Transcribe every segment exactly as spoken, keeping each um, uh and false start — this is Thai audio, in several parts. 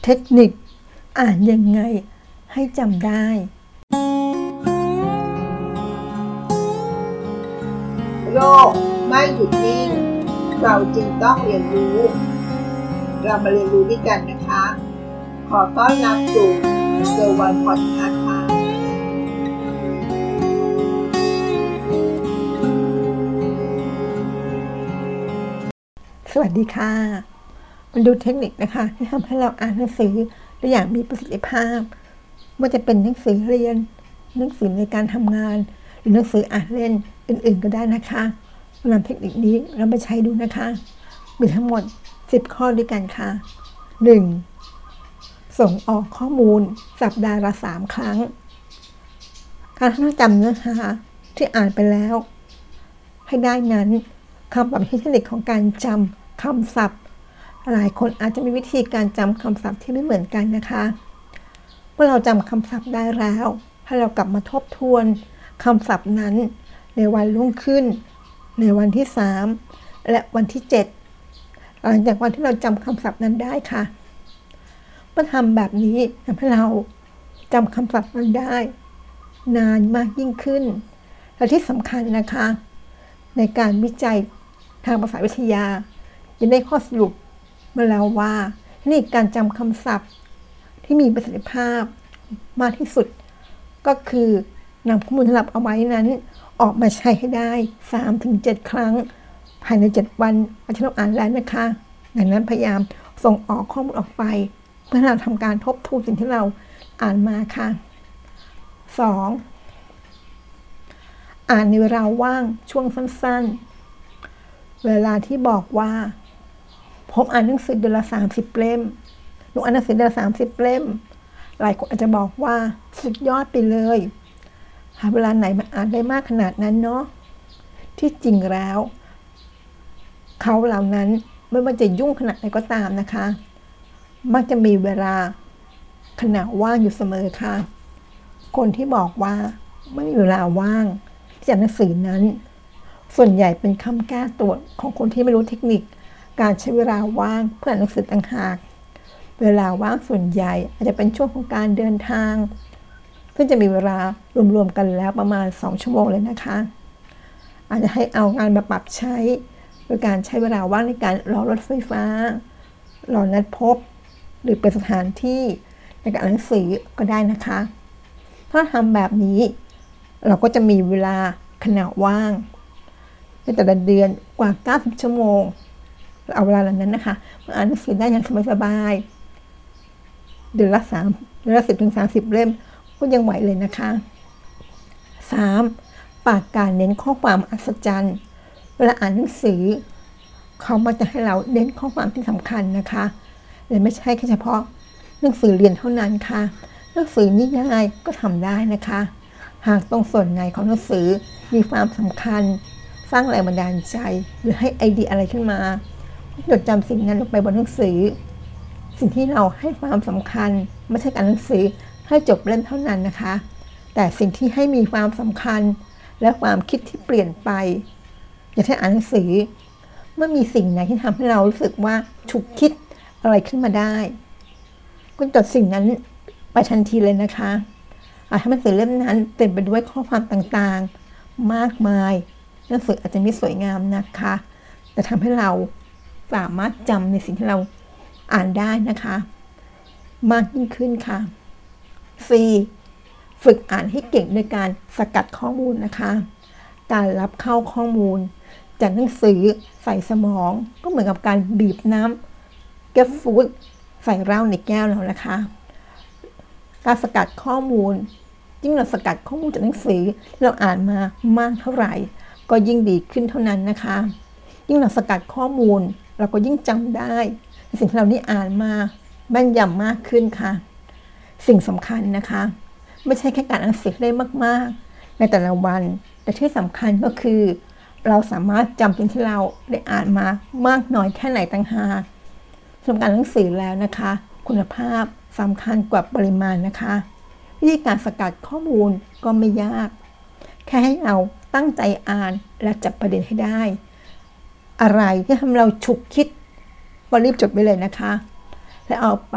เทคนิคอ่านยังไงให้จำได้โลกไม่หยุดนิ่งเราจึงต้องเรียนรู้เรามาเรียนรู้ด้วยกันนะคะขอต้อนรับสู่เซอร์วันพอดคาสต์ค่ะสวัสดีค่ะมาดูเทคนิคนะคะที่ทำให้เราอ่านหนังสือได้อย่างมีประสิทธิภาพว่าจะเป็นหนังสือเรียนหนังสือในการทำงานหรือหนังสืออ่านเล่นอื่นๆก็ได้นะคะนำเทคนิคนี้เราไปใช้ดูนะคะมีทั้งหมดสิบข้อด้วยกันค่ะ หนึ่ง. ส่งออกข้อมูลสัปดาห์ละสามครั้งการท่องจำเนื้อหาที่อ่านไปแล้วให้ได้นั้นคำแบบเทคนิคของการจำคำศัพท์หลายคนอาจจะมีวิธีการจำคำศัพท์ที่ไม่เหมือนกันนะคะเมื่อเราจำคำศัพท์ได้แล้วให้เรากลับมาทบทวนคำศัพท์นั้นในวันรุ่งขึ้นในวันที่สามและวันที่เจ็ดหลังจากวันที่เราจำคำศัพท์นั้นได้ค่ะเมื่อทำแบบนี้ทำให้เราจำคำศัพท์นั้นได้นานมากยิ่งขึ้นและที่สำคัญนะคะในการวิจัยทางภาษาวิทยาจะได้ข้อสรุปมาแล้วว่านี่การจำคำศัพท์ที่มีประสิทธิภาพมากที่สุดก็คือนำข้อมูลที่เราเอาไว้นั้นออกมาใช้ให้ได้ สามถึงเจ็ด ครั้งภายในเจ็ดวันที่เราอ่านแล้วนะคะดังนั้นพยายามส่งออกข้อมูลออกไปเพื่อเราทำการทบทวนสิ่งที่เราอ่านมาค่ะ สอง. อ่านในเวลาว่างช่วงสั้นๆเวลาที่บอกว่าผมอ่านหนังสือเดือนละสามสิบเล่มหนูอ่านหนังสือเดือนละสามสิบเล่มหลายคนอาจจะบอกว่าสุดยอดไปเลยหาเวลาไหนมาอ่านได้มากขนาดนั้นเนาะที่จริงแล้วเขาเหล่านั้นไม่ว่าจะยุ่งขนาดไหนก็ตามนะคะมักจะมีเวลาขณะว่างอยู่เสมอค่ะคนที่บอกว่าไม่มีเวลาว่างที่จะอ่านหนังสือนั้นส่วนใหญ่เป็นคำแก้ตัวของคนที่ไม่รู้เทคนิคการใช้เวลาว่างเพื่ออ่านหนังสือต่างหากเวลาว่างส่วนใหญ่อาจจะเป็นช่วงของการเดินทางซึ่งจะมีเวลารวมๆกันแล้วประมาณสองชั่วโมงเลยนะคะอาจจะให้เอางานมาปรับใช้โดยการใช้เวลาว่างในการรอรถไฟฟ้ารอนัดพบหรือเป็นสถานที่ในการอ่านหนังสือก็ได้นะคะถ้าทำแบบนี้เราก็จะมีเวลาขณะว่างในแต่ละเดือนกว่าเก้าสิบชั่วโมงเอาเวลาเหล่านั้นนะคะมาอ่านหนังสือได้อย่างสบายๆเดือนละสามเดือนละสิบถึงสามสิบเล่มก็ยังไหวเลยนะคะ สาม. ปากกาเน้นข้อความอัศจรรย์เวลาอ่านหนังสือเขามักจะให้เราเน้นข้อความที่สำคัญนะคะและไม่ใช่แค่เฉพาะหนังสือเรียนเท่านั้นค่ะหนังสือนิยายก็ทำได้นะคะหากตรงส่วนไหนของหนังสือมีความสำคัญสร้างแรงบันดาลใจหรือให้ไอเดียอะไรขึ้นมาจดจำสิ่งนั้นลงไปบนหนังสือสิ่งที่เราให้ความสำคัญไม่ใช่การหนังสือให้จบเล่มเท่านั้นนะคะแต่สิ่งที่ให้มีความสำคัญและความคิดที่เปลี่ยนไปอย่างที่อ่านหนังสือเมื่อมีสิ่งไหนที่ทำให้เรารู้สึกว่าฉุกคิดอะไรขึ้นมาได้ก็จดสิ่งนั้นไปทันทีเลยนะคะอาจทำให้หนังสือเล่มนั้นเต็มไปด้วยข้อความต่างๆมากมายหนังสืออาจจะไม่สวยงามนะคะแต่ทำให้เราสามารถจำในสิ่งที่เราอ่านได้นะคะมากยิ่งขึ้นค่ะ สี่. ฝึกอ่านให้เก่งด้วยการสกัดข้อมูลนะคะการรับเข้าข้อมูลจากหนังสือใส่สมองก็เหมือนกับการบีบน้ำเก็บฟูดใส่เหล้าในแก้วแล้วนะคะการสกัดข้อมูลยิ่งเราสกัดข้อมูลจากหนังสือที่เราอ่านมามากเท่าไหร่ก็ยิ่งดีขึ้นเท่านั้นนะคะยิ่งเราสกัดข้อมูลเราก็ยิ่งจำได้สิ่งที่เราได้อ่านมาแม่นยำมากขึ้นค่ะสิ่งสำคัญนะคะไม่ใช่แค่การอ่านหนังสือได้มากๆในแต่ละวันแต่ที่สำคัญก็คือเราสามารถจำสิ่งที่เราได้อ่านมามากน้อยแค่ไหนต่างหากสำหรับการอ่านหนังสือแล้วนะคะคุณภาพสำคัญกว่าปริมาณนะคะวิธีการสกัดข้อมูลก็ไม่ยากแค่ให้เราตั้งใจอ่านและจับประเด็นให้ได้อะไรที่ทำเราฉุกคิดก็รีบจดไปเลยนะคะและเอาไป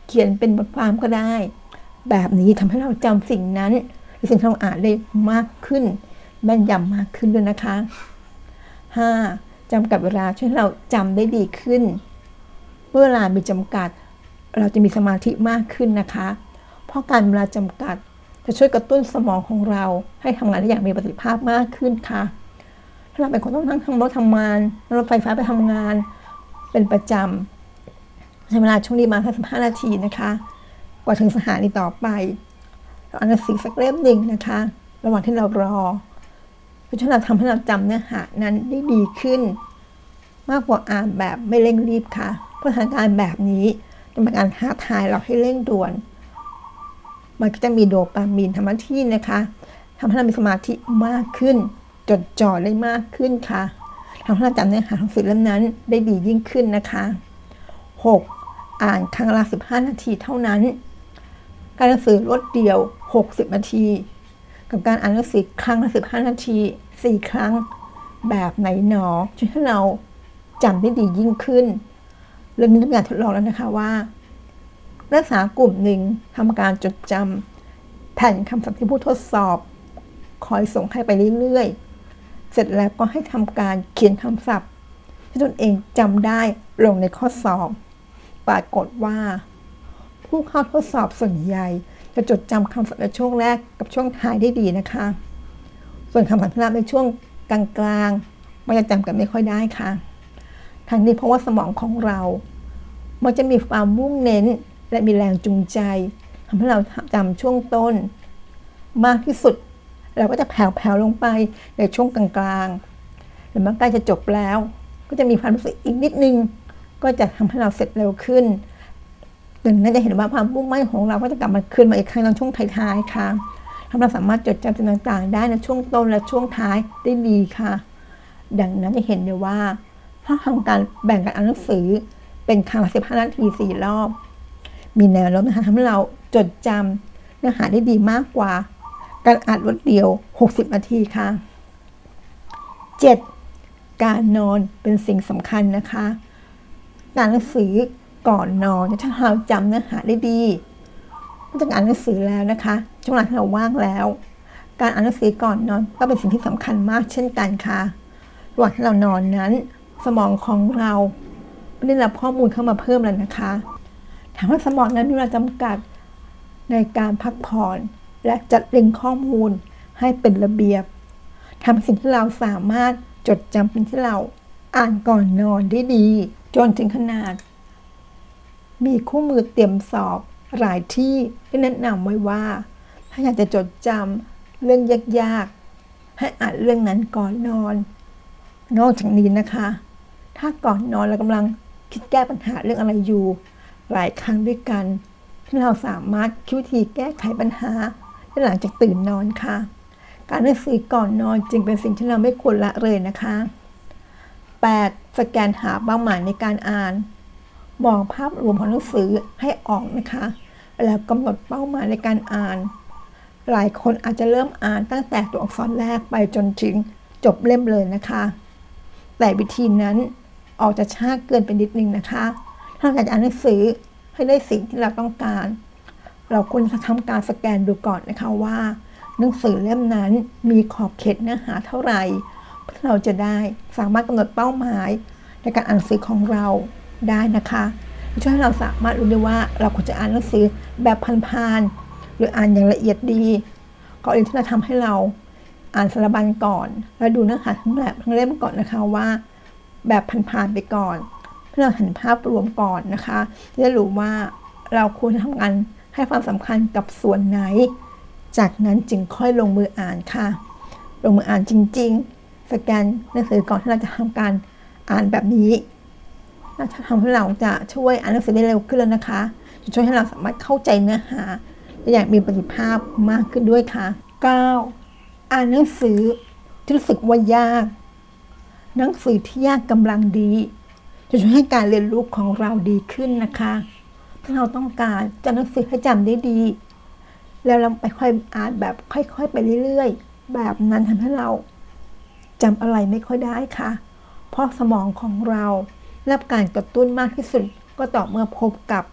เขียนเป็นบทความก็ได้แบบนี้ทำให้เราจำสิ่งนั้นหรือสิ่งที่เราอ่านได้มากขึ้นแม่นยำมากขึ้นด้วยนะคะ ห้า. จำกัดเวลาช่วยให้เราจำได้ดีขึ้นเมื่อเวลามีจำกัดเราจะมีสมาธิมากขึ้นนะคะเพราะการเวลาจำกัดจะช่วยกระตุ้นสมองของเราให้ทำงานได้อย่างมีประสิทธิภาพมากขึ้นค่ะถ้าเราเป็นคนต้องนั่งทำรถทำงานนั่งรถไฟฟ้าไปทำงานเป็นประจำใช้เวลาช่วงนี้มาแค่สิบห้านาทีนะคะกว่าถึงสถานีต่อไปเราอ่านหนังสือสักเล่มหนึ่งนะคะระหว่างที่เรารอเพื่อที่เราทำให้เราจำเนื้อหานั้นได้ดีขึ้นมากกว่าอ่านแบบไม่เร่งรีบค่ะเพราะสถานการณ์แบบนี้จะเป็นการท้าทายเราให้เร่งด่วนมันก็จะมีโดปามีนทำหน้าที่นะคะทำให้เรามีสมาธิมากขึ้นจดจ่อได้มากขึ้นค่ะทำให้เราจำเนื้อหาของสื่อเล่มนั้นได้ดียิ่งขึ้นนะคะ หก. อ่านครั้งละสิบห้านาทีเท่านั้นการอ่านหนังสือรวดเดียวหกสิบนาทีกับการอ่านหนังสือครั้งละสิบห้านาทีสี่ครั้งแบบไหนหนอช่วยให้เราจำได้ดียิ่งขึ้นเรื่องนี้ทำการทดลองแล้วนะคะว่านักศึกษากลุ่มหนึ่งทำการจดจำแผ่นคำศัพท์ที่ผู้ทดสอบคอยส่งให้ไปเรื่อยๆเสร็จแล้วก็ให้ทำการเขียนคำศัพท์ที่ตนเองจำได้ลงในข้อสอบปรากฏว่าผู้เข้าทดสอบส่วนใหญ่จะจดจำคำศัพท์ในช่วงแรกกับช่วงท้ายได้ดีนะคะส่วนคำศัพท์ที่รับในช่วงกลางๆมันจะจำกันไม่ค่อยได้ค่ะทั้งนี้เพราะว่าสมองของเรามันจะมีความมุ่งเน้นและมีแรงจูงใจทำให้เราจำช่วงต้นมากที่สุดเราก็จะแผ่วๆลงไปในช่วงกลางๆแล้วเมื่อใกล้จะจบแล้วก็จะมีความรู้สึกอีกนิดนึงก็จะทำให้เราเสร็จเร็วขึ้นดังนั้นจะเห็นว่าความมุ่งมั่นของเราก็จะกลับมาคืนมาอีกครั้งในช่วงท้ายๆค่ะทำให้เราสามารถจดจำสิ่งต่างๆได้ในช่วงต้นและช่วงท้ายได้ดีค่ะดังนั้นจะเห็นเลยว่าถ้าทำการแบ่งการอ่านหนังสือเป็นครั้งละสิบห้านาทีสี่รอบมีแนวโน้มนะคะทำให้เราจดจำเนื้อหาได้ดีมากกว่าการอ่านรวดเดียวหกสิบนาทีค่ะ เจ็ด. การนอนเป็นสิ่งสำคัญนะคะการอ่านหนังสือก่อนนอนจะทำให้เราจำเนื้อหาได้ดีนอกจากอ่านหนังสือแล้วนะคะช่วงเวลาที่เราว่างแล้วการอ่านหนังสือก่อนนอนก็เป็นสิ่งที่สำคัญมากเช่นกันค่ะระหว่างที่เรานอนนั้นสมองของเราได้รับข้อมูลเข้ามาเพิ่มแล้วนะคะถามว่าสมองนั้นมีเวลาจำกัดในการพักผ่อนและจัดเรียงข้อมูลให้เป็นระเบียบทำให้สิ่งที่เราสามารถจดจำสิ่งที่เราอ่านก่อนนอนได้ดีจนถึงขนาดมีคู่มือเตรียมสอบหลายที่ที่แนะนำไว้ว่าถ้าอยากจะจดจำเรื่องยากๆให้อ่านเรื่องนั้นก่อนนอนนอกจากนี้นะคะถ้าก่อนนอนเรากำลังคิดแก้ปัญหาเรื่องอะไรอยู่หลายครั้งด้วยกันที่เราสามารถคิดวิธีแก้ไขปัญหาได้หลังจากตื่นนอนค่ะการอ่านหนังสือก่อนนอนจึงเป็นสิ่งที่เราไม่ควรละเลยนะคะ แปด. สแกนหาเป้าหมายในการอ่านมองภาพรวมของหนังสือให้ออกนะคะแล้วกำหนดเป้าหมายในการอ่านหลายคนอาจจะเริ่มอ่านตั้งแต่ตัวอักษรแรกไปจนถึงจบเล่มเลยนะคะแต่วิธีนั้นออกจะช้าเกินไปนิดนึงนะคะถ้าอยากจะอ่านหนังสือให้ได้สิ่งที่เราต้องการเราควรจะทำการสแกนดูก่อนนะคะว่าหนังสือเล่มนั้นมีขอบเขตเนื้อหาเท่าไหร่เพื่อเราจะได้สามารถกำหนดเป้าหมายในการอ่านหนังสือของเราได้นะคะช่วยให้เราสามารถรู้ได้ว่าเราควรจะอ่านหนังสือแบบผ่านๆหรืออ่านอย่างละเอียดดีก่อนอื่นที่เราทำให้เราอ่านสารบัญก่อนแล้วดูเนื้อหาทั้งแบบทั้งเล่มก่อนนะคะว่าแบบผ่านๆไปก่อนเพื่อเราเห็นภาพรวมก่อนนะคะจะรู้ว่าเราควรทำงานให้ความสำคัญกับส่วนไหนจากนั้นจึงค่อยลงมืออ่านค่ะลงมืออ่านจริงๆสแกนหนังสือก่อนที่เราจะทำการอ่านแบบนี้น่าจะทำให้เราจะช่วยอ่านหนังสือได้เร็วขึ้นแล้วนะคะจะช่วยให้เราสามารถเข้าใจเนื้อหาได้อย่างมีประสิทธิภาพมากขึ้นด้วยค่ะ เก้า. อ่านหนังสือที่รู้สึกว่ายากหนังสือที่ยากกำลังดีจะช่วยให้การเรียนรู้ของเราดีขึ้นนะคะถ้าเราต้องการจะหนังสือให้จำได้ดีแล้วเราไปค่อยอ่านแบบค่อยๆไปเรื่อยๆแบบนั้นทำให้เราจำอะไรไม่ค่อยได้ค่ะเพราะสมองของเรารับการกระตุ้นมากที่สุดก็ต่อเมื่อพบกับ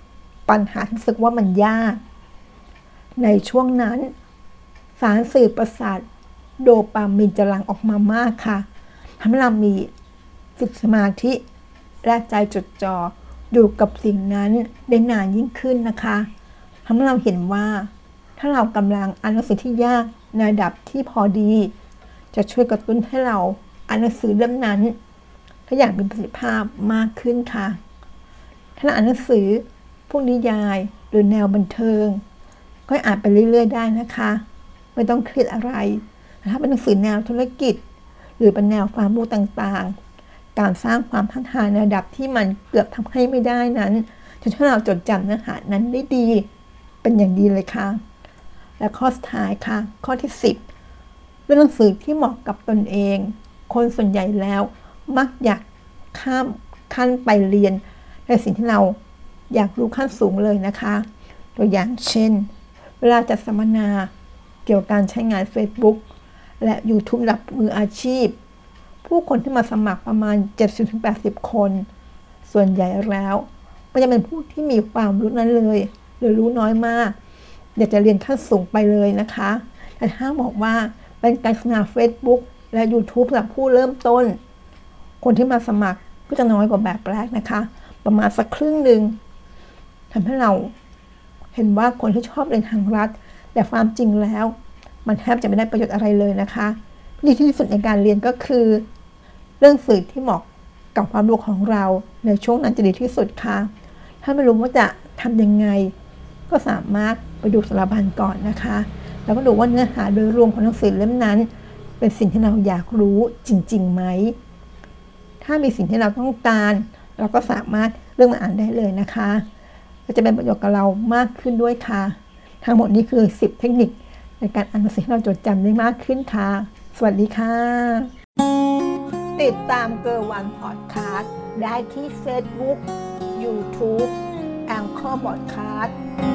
ปัญหาที่รู้สึกว่ามันยากในช่วงนั้นสารสื่อประสาทโดปามีนจะหลั่งออกมามากค่ะทำให้เรามีสมาธิและใจจดจ่ออยู่กับสิ่งนั้นได้นานยิ่งขึ้นนะคะทำให้เราเห็นว่าถ้าเรากำลังอ่านหนังสือที่ยากในระดับที่พอดีจะช่วยกระตุ้นให้เราอ่านหนังสือเล่มนั้นได้อย่างมีประสิทธิภาพมากขึ้นค่ะถ้าเราอ่านหนังสือพวกนิยายหรือแนวบันเทิงก็อ่านไปเรื่อยๆได้นะคะไม่ต้องเครียดอะไรถ้าเป็นหนังสือแนวธุรกิจหรือเป็นแนวความรู้ต่างๆการสร้างความท้าทายในระดับที่มันเกือบทำให้ไม่ได้นั้นจะช่วยเราจดจำเนื้อหานั้นได้ดีเป็นอย่างดีเลยค่ะและข้อสุดท้ายค่ะข้อที่สิบเรื่องหนังสือที่เหมาะกับตนเองคนส่วนใหญ่แล้วมักอยากข้ามขั้นไปเรียนในสิ่งที่เราอยากรู้ขั้นสูงเลยนะคะตัวอย่างเช่นเวลาจัดสัมมนาเกี่ยวกับการใช้งาน Facebook และ YouTube ระดับมืออาชีพผู้คนที่มาสมัครประมาณ เจ็ดสิบถึงแปดสิบ คนส่วนใหญ่แล้วก็จะเป็นผู้ที่มีความรู้นั้นเลยหรือรู้น้อยมากอยากจะเรียนขั้นสูงไปเลยนะคะแต่ถ้าบอกว่าเป็นการสมัคร Facebook และ YouTube สำหรับผู้เริ่มต้นคนที่มาสมัครก็จะน้อยกว่าแบบแรกนะคะประมาณสักครึ่งหนึ่งทำให้เราเห็นว่าคนที่ชอบเรียนทางรัฐแต่ความจริงแล้วมันแทบจะไม่ได้ประโยชน์อะไรเลยนะคะดีที่สุดในการเรียนก็คือเรื่องสื่อที่เหมาะกับความรู้ของเราในช่วงนั้นจะดีที่สุดค่ะถ้าไม่รู้ว่าจะทำยังไงก็สามารถไปดูสารบัญก่อนนะคะแล้วก็ดูว่าเนื้อหาโดยรวมของหนังสือเล่มนั้นเป็นสิ่งที่เราอยากรู้จริงๆไหมถ้ามีสิ่งที่เราต้องการเราก็สามารถเลือกมาอ่านได้เลยนะคะก็จะเป็นประโยชน์กับเรามากขึ้นด้วยค่ะทั้งหมดนี้คือสิบเทคนิคในการอ่านหนังสือให้เราจดจำได้มากขึ้นค่ะสวัสดีค่ะติดตามเกอร์วันพอดคาสต์ได้ที่ Facebook YouTube แองเกอร์พอดคาสต์